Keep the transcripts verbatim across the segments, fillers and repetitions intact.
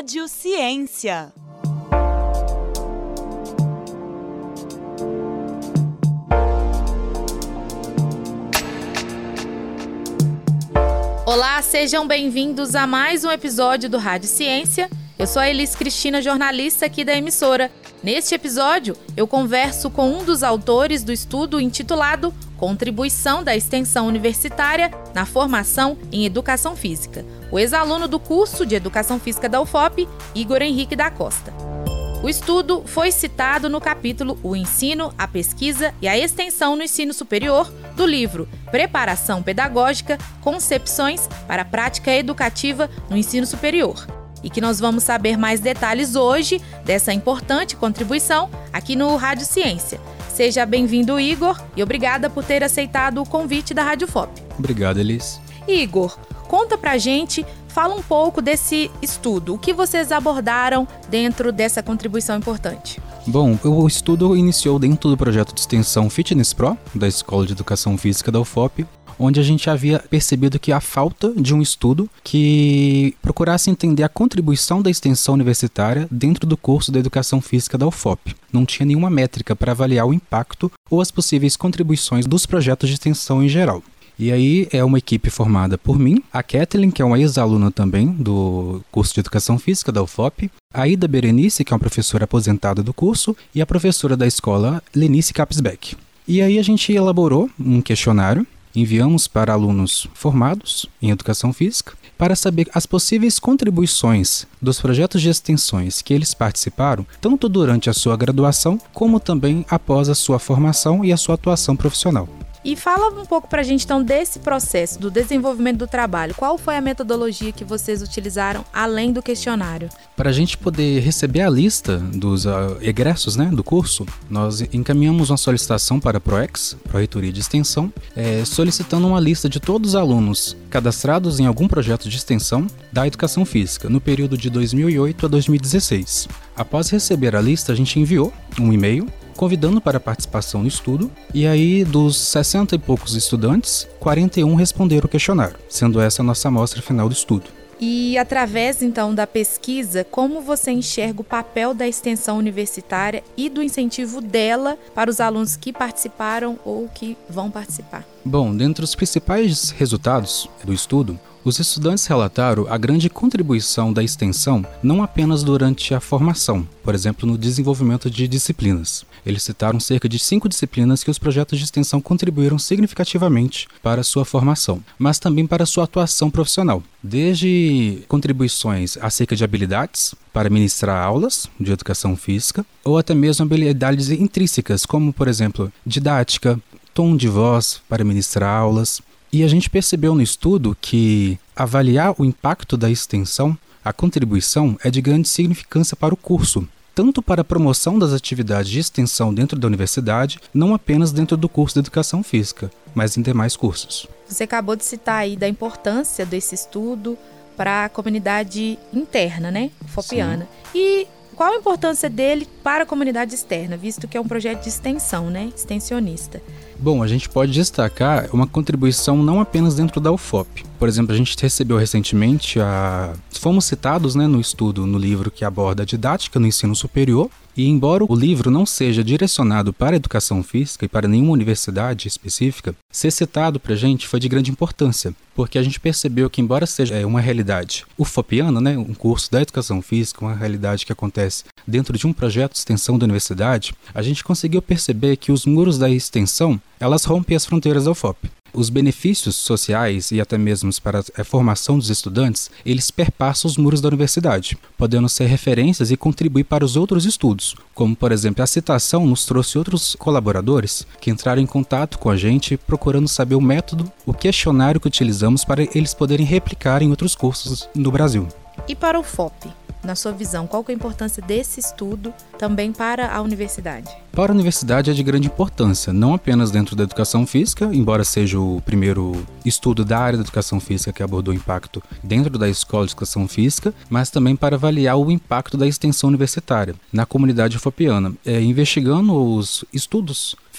Rádio Ciência. Olá, sejam bem-vindos a mais um episódio do Rádio Ciência. Eu sou a Elis Cristina, jornalista aqui da emissora. Neste episódio, eu converso com um dos autores do estudo intitulado Contribuição da Extensão Universitária na Formação em Educação Física, o ex-aluno do curso de Educação Física da U F O P, Igor Henrique da Costa. O estudo foi citado no capítulo O Ensino, a Pesquisa e a Extensão no Ensino Superior, do livro Preparação Pedagógica, Concepções para a Prática Educativa no Ensino Superior, e que nós vamos saber mais detalhes hoje dessa importante contribuição aqui no Rádio Ciência. Seja bem-vindo, Igor, e obrigada por ter aceitado o convite da Rádio F O P. Obrigado, Elis. Igor, conta pra gente, fala um pouco desse estudo. O que vocês abordaram dentro dessa contribuição importante? Bom, o estudo iniciou dentro do projeto de extensão Fitness Pro, da Escola de Educação Física da U F O P, onde a gente havia percebido que há falta de um estudo que procurasse entender a contribuição da extensão universitária dentro do curso da Educação Física da U F O P. Não tinha nenhuma métrica para avaliar o impacto ou as possíveis contribuições dos projetos de extensão em geral. E aí é uma equipe formada por mim, a Kathleen, que é uma ex-aluna também do curso de Educação Física da U F O P, a Ida Berenice, que é uma professora aposentada do curso, e a professora da escola, Lenice Capsbeck. E aí a gente elaborou um questionário, enviamos para alunos formados em Educação Física para saber as possíveis contribuições dos projetos de extensões que eles participaram, tanto durante a sua graduação, como também após a sua formação e a sua atuação profissional. E fala um pouco pra gente, então, desse processo, do desenvolvimento do trabalho. Qual foi a metodologia que vocês utilizaram, além do questionário? Para a gente poder receber a lista dos uh, egressos, né, do curso, nós encaminhamos uma solicitação para a PROEX, Pró-Reitoria de Extensão, é, solicitando uma lista de todos os alunos cadastrados em algum projeto de extensão da Educação Física, no período de dois mil e oito a dois mil e dezesseis. Após receber a lista, a gente enviou um e-mail convidando para a participação no estudo, e aí dos sessenta e poucos estudantes, quarenta e um responderam o questionário, sendo essa a nossa amostra final do estudo. E através, então, da pesquisa, como você enxerga o papel da extensão universitária e do incentivo dela para os alunos que participaram ou que vão participar? Bom, dentre os principais resultados do estudo, os estudantes relataram a grande contribuição da extensão não apenas durante a formação, por exemplo, no desenvolvimento de disciplinas. Eles citaram cerca de cinco disciplinas que os projetos de extensão contribuíram significativamente para a sua formação, mas também para a sua atuação profissional. Desde contribuições acerca de habilidades para ministrar aulas de educação física, ou até mesmo habilidades intrínsecas, como, por exemplo, didática, tom de voz para ministrar aulas. E a gente percebeu no estudo que avaliar o impacto da extensão, a contribuição, é de grande significância para o curso, tanto para a promoção das atividades de extensão dentro da universidade, não apenas dentro do curso de Educação Física, mas em demais cursos. Você acabou de citar aí da importância desse estudo para a comunidade interna, né, fopiana. Sim. E qual a importância dele para a comunidade externa, visto que é um projeto de extensão, né, extensionista? Bom, a gente pode destacar uma contribuição não apenas dentro da U F O P. Por exemplo, a gente recebeu recentemente, a... fomos citados, né, no estudo, no livro que aborda a didática no ensino superior, e embora o livro não seja direcionado para a educação física e para nenhuma universidade específica, ser citado para a gente foi de grande importância, porque a gente percebeu que, embora seja uma realidade ufopiana, né, um curso da educação física, uma realidade que acontece dentro de um projeto de extensão da universidade, a gente conseguiu perceber que os muros da extensão, elas rompem as fronteiras da U F O P. Os benefícios sociais e até mesmo para a formação dos estudantes, eles perpassam os muros da universidade, podendo ser referências e contribuir para os outros estudos, como, por exemplo, a citação nos trouxe outros colaboradores que entraram em contato com a gente procurando saber o método, o questionário que utilizamos para eles poderem replicar em outros cursos no Brasil. E para o F O P? Na sua visão, qual que é a importância desse estudo também para a universidade? Para a universidade é de grande importância, não apenas dentro da educação física, embora seja o primeiro estudo da área da educação física que abordou o impacto dentro da escola de educação física, mas também para avaliar o impacto da extensão universitária na comunidade ufopiana, é, investigando os estudos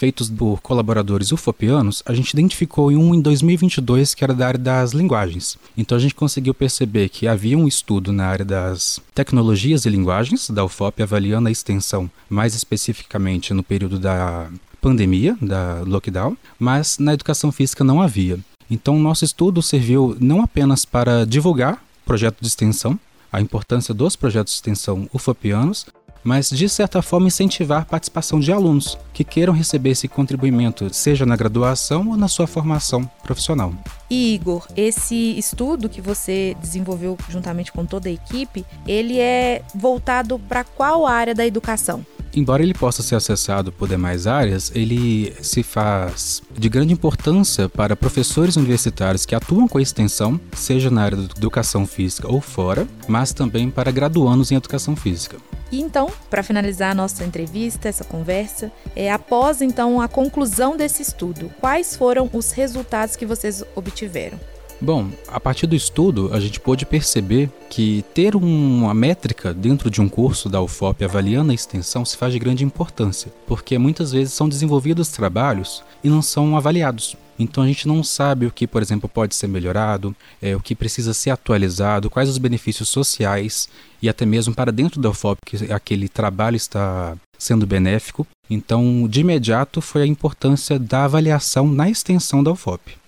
feitos por colaboradores ufopianos, a gente identificou um em dois mil e vinte e dois que era da área das linguagens. Então a gente conseguiu perceber que havia um estudo na área das tecnologias e linguagens da U F O P, avaliando a extensão mais especificamente no período da pandemia, da lockdown, mas na educação física não havia. Então nosso estudo serviu não apenas para divulgar projeto de extensão, a importância dos projetos de extensão ufopianos, mas, de certa forma, incentivar a participação de alunos que queiram receber esse contribuimento, seja na graduação ou na sua formação profissional. E, Igor, esse estudo que você desenvolveu juntamente com toda a equipe, ele é voltado para qual área da educação? Embora ele possa ser acessado por demais áreas, ele se faz de grande importância para professores universitários que atuam com a extensão, seja na área da educação física ou fora, mas também para graduandos em educação física. E então, para finalizar a nossa entrevista, essa conversa, é, após então a conclusão desse estudo, quais foram os resultados que vocês obtiveram? Bom, a partir do estudo, a gente pôde perceber que ter uma métrica dentro de um curso da U F O P avaliando a extensão se faz de grande importância, porque muitas vezes são desenvolvidos trabalhos e não são avaliados. Então a gente não sabe o que, por exemplo, pode ser melhorado, é, o que precisa ser atualizado, quais os benefícios sociais e até mesmo para dentro da U F O P que aquele trabalho está sendo benéfico. Então, de imediato, foi a importância da avaliação na extensão da U F O P.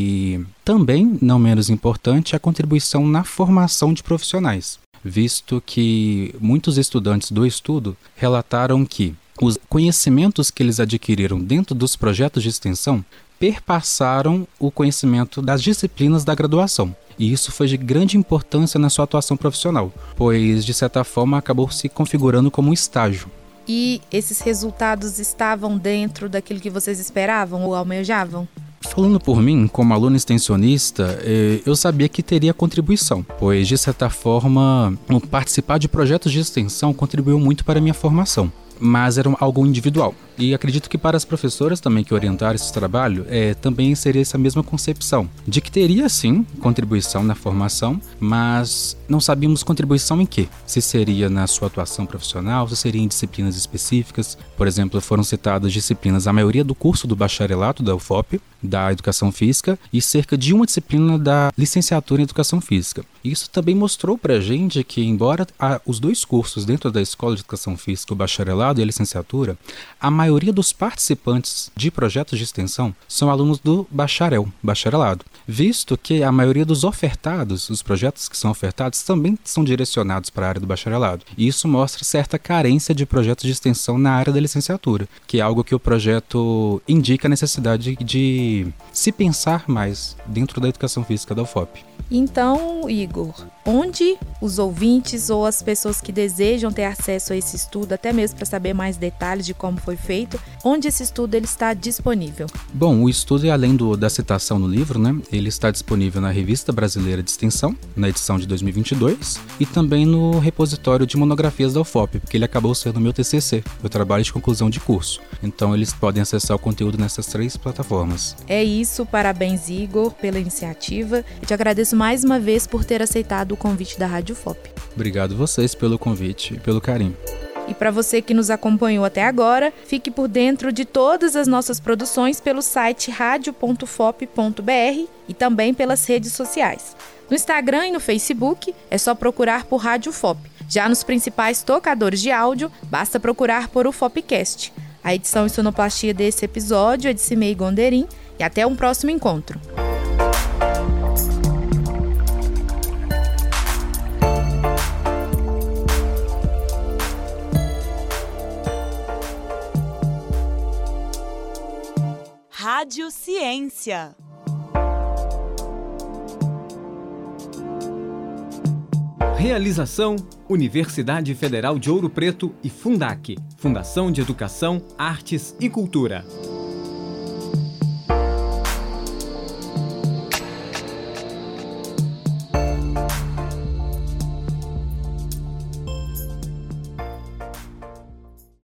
E também, não menos importante, a contribuição na formação de profissionais, visto que muitos estudantes do estudo relataram que os conhecimentos que eles adquiriram dentro dos projetos de extensão perpassaram o conhecimento das disciplinas da graduação. E isso foi de grande importância na sua atuação profissional, pois, de certa forma, acabou se configurando como um estágio. E esses resultados estavam dentro daquilo que vocês esperavam ou almejavam? Falando por mim, como aluno extensionista, eu sabia que teria contribuição, pois, de certa forma, participar de projetos de extensão contribuiu muito para a minha formação, mas era algo individual. E acredito que para as professoras também que orientaram esse trabalho, é, também seria essa mesma concepção, de que teria sim contribuição na formação, mas não sabíamos contribuição em quê? Se seria na sua atuação profissional, se seria em disciplinas específicas. Por exemplo, foram citadas disciplinas, a maioria do curso do bacharelato da U F O P, da Educação Física, e cerca de uma disciplina da licenciatura em Educação Física. Isso também mostrou para a gente que, embora a, os dois cursos dentro da Escola de Educação Física, o bacharelado e a licenciatura, a maioria dos participantes de projetos de extensão são alunos do bacharel, bacharelado, visto que a maioria dos ofertados, os projetos que são ofertados, também são direcionados para a área do bacharelado. E isso mostra certa carência de projetos de extensão na área da licenciatura, que é algo que o projeto indica a necessidade de se pensar mais dentro da educação física da U F O P. Então, Igor, onde os ouvintes ou as pessoas que desejam ter acesso a esse estudo, até mesmo para saber mais detalhes de como foi feito, onde esse estudo ele está disponível? Bom, o estudo, além do, da citação no livro, né, ele está disponível na Revista Brasileira de Extensão, na edição de dois mil e vinte e dois, e também no repositório de monografias da U F O P, porque ele acabou sendo o meu T C C, meu trabalho de conclusão de curso. Então, eles podem acessar o conteúdo nessas três plataformas. É isso, parabéns, Igor, pela iniciativa. Eu te agradeço mais uma vez por ter aceitado o convite da Rádio U F O P. Obrigado vocês pelo convite e pelo carinho. E para você que nos acompanhou até agora, fique por dentro de todas as nossas produções pelo site radio ponto fop ponto br e também pelas redes sociais. No Instagram e no Facebook é só procurar por Rádio U F O P. Já nos principais tocadores de áudio, basta procurar por UFOPcast. A edição e sonoplastia desse episódio é de Cimei Gonderim e até um próximo encontro. Rádio Ciência. Realização: Universidade Federal de Ouro Preto e Fundac, Fundação de Educação, Artes e Cultura.